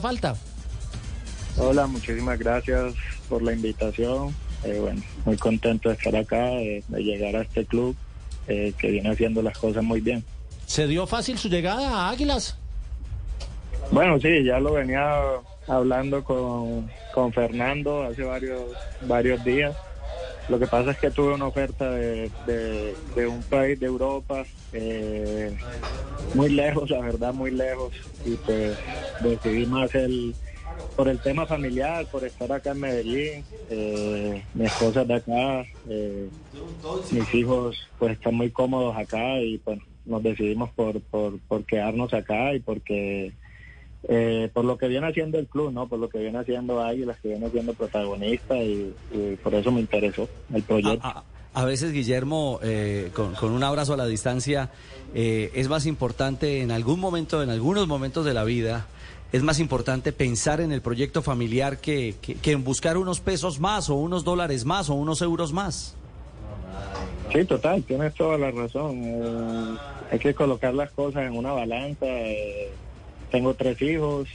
falta. Hola, muchísimas gracias por la invitación. Bueno, muy contento de estar acá, de llegar a este club que viene haciendo las cosas muy bien. ¿Se dio fácil su llegada a Águilas? Bueno, sí, ya lo venía hablando con Fernando hace varios días. Lo que pasa es que tuve una oferta de un país de Europa, muy lejos, la verdad, muy lejos, y pues decidí más por el tema familiar, por estar acá en Medellín. Mi esposa es de acá, mis hijos pues están muy cómodos acá y pues nos decidimos por quedarnos acá y porque por lo que viene haciendo el club, ¿no? Por lo que viene haciendo Águilas, que viene siendo protagonista y por eso me interesó el proyecto. A veces, Guillermo, con un abrazo a la distancia, es más importante en algunos momentos de la vida, es más importante pensar en el proyecto familiar que en buscar unos pesos más o unos dólares más o unos euros más. Sí, total, tienes toda la razón. Hay que colocar las cosas en una balanza. Tengo 3 hijos,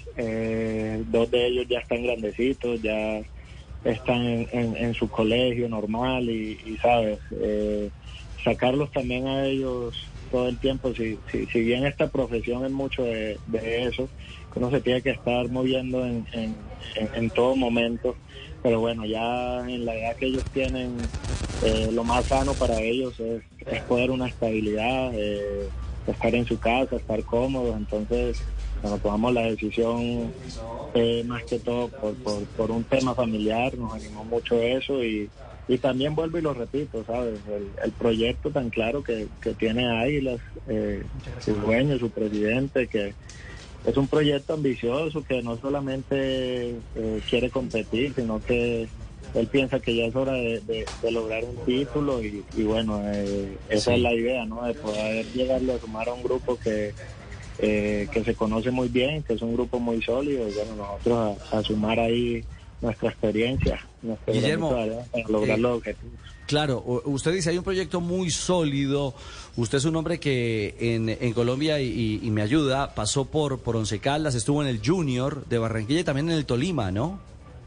2 de ellos ya están grandecitos, ya están en su colegio normal y sabes, sacarlos también a ellos todo el tiempo. Si bien esta profesión es mucho de eso, uno se tiene que estar moviendo en todo momento, pero bueno, ya en la edad que ellos tienen, lo más sano para ellos es poder una estabilidad, estar en su casa, estar cómodos. Entonces, cuando tomamos la decisión, más que todo por un tema familiar, nos animó mucho eso y también vuelvo y lo repito, ¿sabes? El proyecto tan claro que tiene Águilas, su dueño, su presidente, que es un proyecto ambicioso que no solamente quiere competir, sino que él piensa que ya es hora de lograr un título y bueno, esa es la idea, ¿no? De poder llegarle a sumar a un grupo que se conoce muy bien, que es un grupo muy sólido y bueno, nosotros a sumar ahí nuestra experiencia, Guillermo, para lograr los objetivos. Claro, usted dice, hay un proyecto muy sólido, usted es un hombre que en Colombia, y me ayuda, pasó por Once Caldas, estuvo en el Junior de Barranquilla y también en el Tolima, ¿no?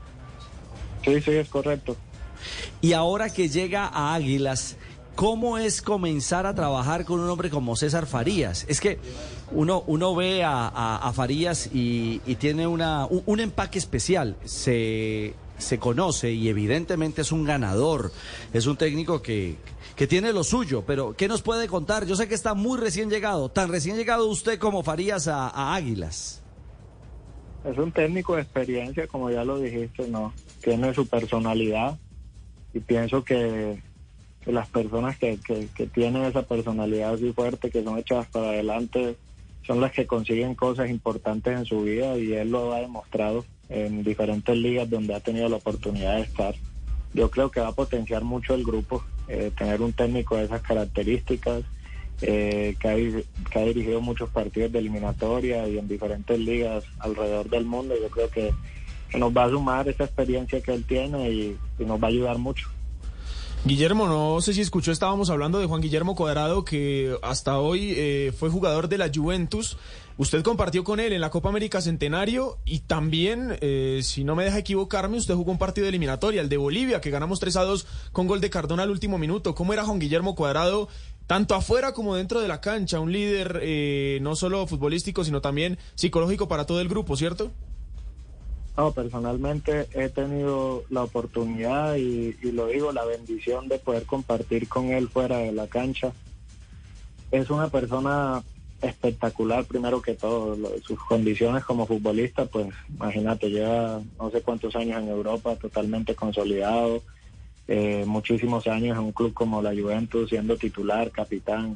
Sí, es correcto. Y ahora que llega a Águilas, ¿cómo es comenzar a trabajar con un hombre como César Farías? Es que uno ve a Farías y tiene un empaque especial, se conoce y evidentemente es un ganador, es un técnico que tiene lo suyo, pero ¿qué nos puede contar? Yo sé que está muy recién llegado, tan recién llegado usted como Farías a Águilas. Es un técnico de experiencia, como ya lo dijiste, ¿no? Tiene su personalidad y pienso que las personas que tienen esa personalidad así fuerte, que son echadas para adelante, son las que consiguen cosas importantes en su vida y él lo ha demostrado en diferentes ligas donde ha tenido la oportunidad de estar. Yo creo que va a potenciar mucho el grupo, tener un técnico de esas características, que ha dirigido muchos partidos de eliminatoria y en diferentes ligas alrededor del mundo. Yo creo que nos va a sumar esa experiencia que él tiene y nos va a ayudar mucho. Guillermo, no sé si escuchó, estábamos hablando de Juan Guillermo Cuadrado, que hasta hoy fue jugador de la Juventus. Usted compartió con él en la Copa América Centenario y también, si no me deja equivocarme, usted jugó un partido de eliminatoria, el de Bolivia, que ganamos 3-2 con gol de Cardona al último minuto. ¿Cómo era Juan Guillermo Cuadrado, tanto afuera como dentro de la cancha? Un líder no solo futbolístico, sino también psicológico para todo el grupo, ¿cierto? No, personalmente he tenido la oportunidad y lo digo, la bendición de poder compartir con él fuera de la cancha. Es una persona espectacular, primero que todo. Sus condiciones como futbolista, pues imagínate, lleva no sé cuántos años en Europa, totalmente consolidado, muchísimos años en un club como la Juventus, siendo titular, capitán.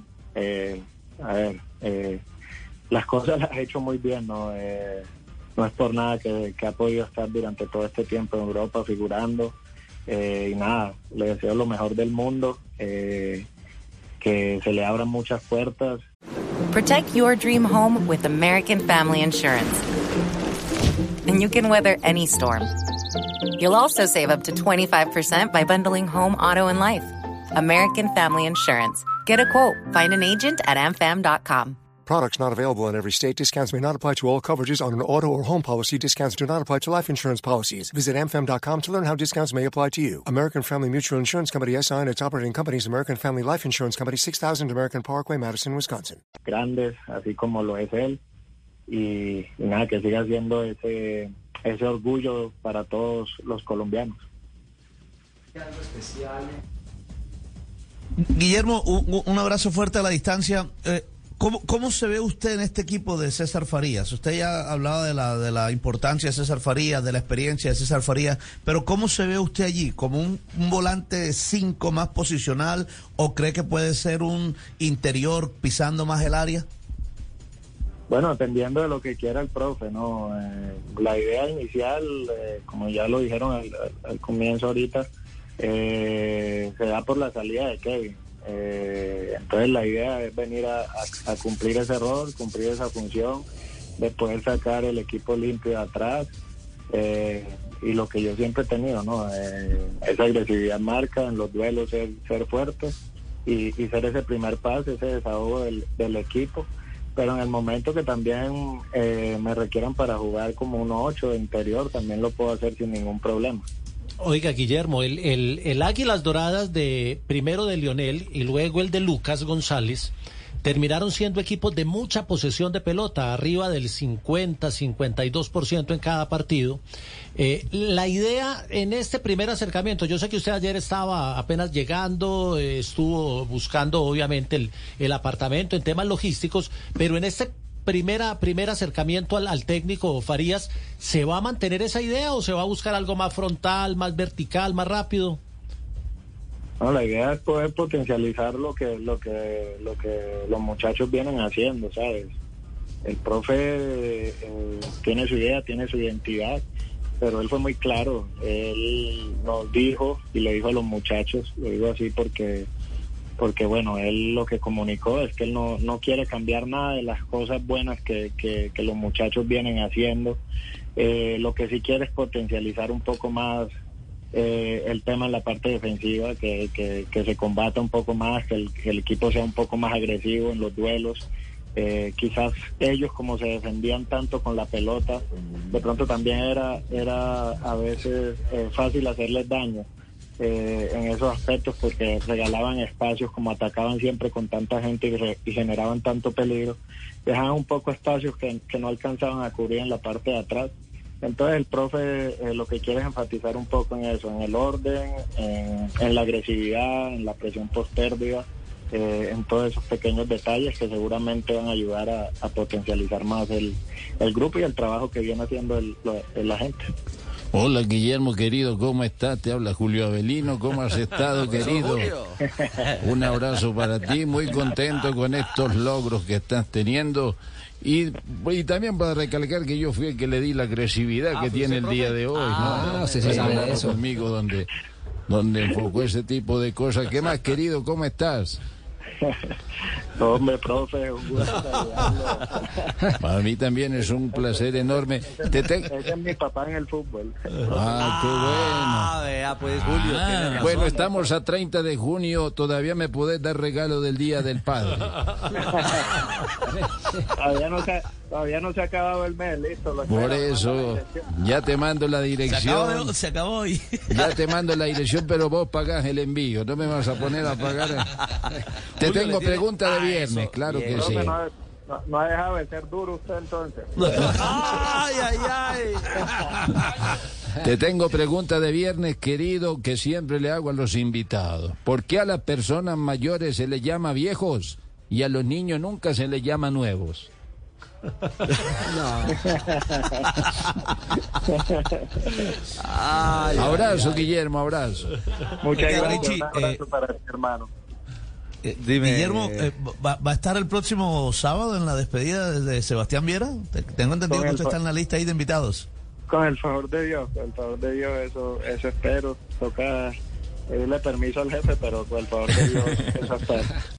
Las cosas las ha hecho muy bien, ¿no? No es por nada que ha podido estar durante todo este tiempo en Europa figurando, y nada, le deseo lo mejor del mundo, que se le abran muchas puertas. Protect your dream home with American Family Insurance. And you can weather any storm. You'll also save up to 25% by bundling home, auto, and life. American Family Insurance. Get a quote. Find an agent at amfam.com. Products not available in every state. Discounts may not apply to all coverages on an auto or home policy. Discounts do not apply to life insurance policies. Visit amfam.com to learn how discounts may apply to you. American Family Mutual Insurance Company S.I. and its operating companies, American Family Life Insurance Company, 6000 American Parkway, Madison, Wisconsin. Grandes, así como lo es él. Y nada, que siga siendo ese orgullo para todos los colombianos. Guillermo, un abrazo fuerte a la distancia. ¿Cómo se ve usted en este equipo de César Farías? Usted ya hablaba de la importancia de César Farías, de la experiencia de César Farías, pero ¿cómo se ve usted allí? ¿Como un volante 5 más posicional o cree que puede ser un interior pisando más el área? Bueno, dependiendo de lo que quiera el profe, ¿no? La idea inicial, como ya lo dijeron al comienzo ahorita, se da por la salida de Kevin. Entonces la idea es venir a cumplir ese rol, cumplir esa función de poder sacar el equipo limpio de atrás, y lo que yo siempre he tenido, ¿no? Esa agresividad marca en los duelos, ser fuerte y ser ese primer pase, ese desahogo del equipo, pero en el momento que también me requieran para jugar como un 8 de interior, también lo puedo hacer sin ningún problema. Oiga, Guillermo, el Águilas Doradas primero de Lionel y luego el de Lucas González terminaron siendo equipos de mucha posesión de pelota, arriba del 50-52% en cada partido. La idea en este primer acercamiento, yo sé que usted ayer estaba apenas llegando, estuvo buscando obviamente el apartamento en temas logísticos, pero en este primer acercamiento al técnico Farías, ¿se va a mantener esa idea o se va a buscar algo más frontal, más vertical, más rápido? No, la idea es poder potencializar lo que los muchachos vienen haciendo, ¿sabes? El profe tiene su idea, tiene su identidad, pero él fue muy claro. Él nos dijo y le dijo a los muchachos, lo digo así porque bueno, él lo que comunicó es que él no quiere cambiar nada de las cosas buenas que los muchachos vienen haciendo. Lo que sí quiere es potencializar un poco más el tema en la parte defensiva, que se combata un poco más, que el equipo sea un poco más agresivo en los duelos. Quizás ellos, como se defendían tanto con la pelota, de pronto también era a veces fácil hacerles daño en esos aspectos, porque regalaban espacios, como atacaban siempre con tanta gente y generaban tanto peligro, dejaban un poco espacios que no alcanzaban a cubrir en la parte de atrás. Entonces el profe lo que quiere es enfatizar un poco en eso, en el orden, en la agresividad, en la presión post pérdida, en todos esos pequeños detalles que seguramente van a ayudar a potencializar más el grupo y el trabajo que viene haciendo la gente. Hola Guillermo querido, ¿cómo estás? Te habla Julio Avelino, ¿cómo has estado querido? Un abrazo para ti, muy contento con estos logros que estás teniendo y también para recalcar que yo fui el que le di la agresividad que tiene el día de hoy, ¿no? Sí, sabe eso. Conmigo donde enfocó ese tipo de cosas. ¿Qué más querido? ¿Cómo estás? Hombre, profe, un gusto saludarlo. Para mí también es un placer enorme. Ese es mi papá en el fútbol. Qué bueno. Vea, pues Julio. Bueno, estamos a 30 de junio, todavía me podés dar regalo del Día del Padre. Todavía no se ha acabado el mes, listo. Por eso, ya te mando la dirección. Se acabó hoy. Ya te mando la dirección, pero vos pagás el envío, no me vas a poner a pagar. Te tengo pregunta de viernes, eso, claro que sí. No ha dejado de ser duro usted entonces. Ay. Te tengo pregunta de viernes, querido, que siempre le hago a los invitados. ¿Por qué a las personas mayores se les llama viejos y a los niños nunca se les llama nuevos? Abrazo, Guillermo, abrazo. Muchas gracias. Un abrazo para mi hermano. Dime, Guillermo, ¿va a estar el próximo sábado en la despedida de Sebastián Viera? Tengo entendido que usted está en la lista ahí de invitados. Con el favor de Dios, eso espero. Toca pedirle permiso al jefe, pero con el favor de Dios, eso espero.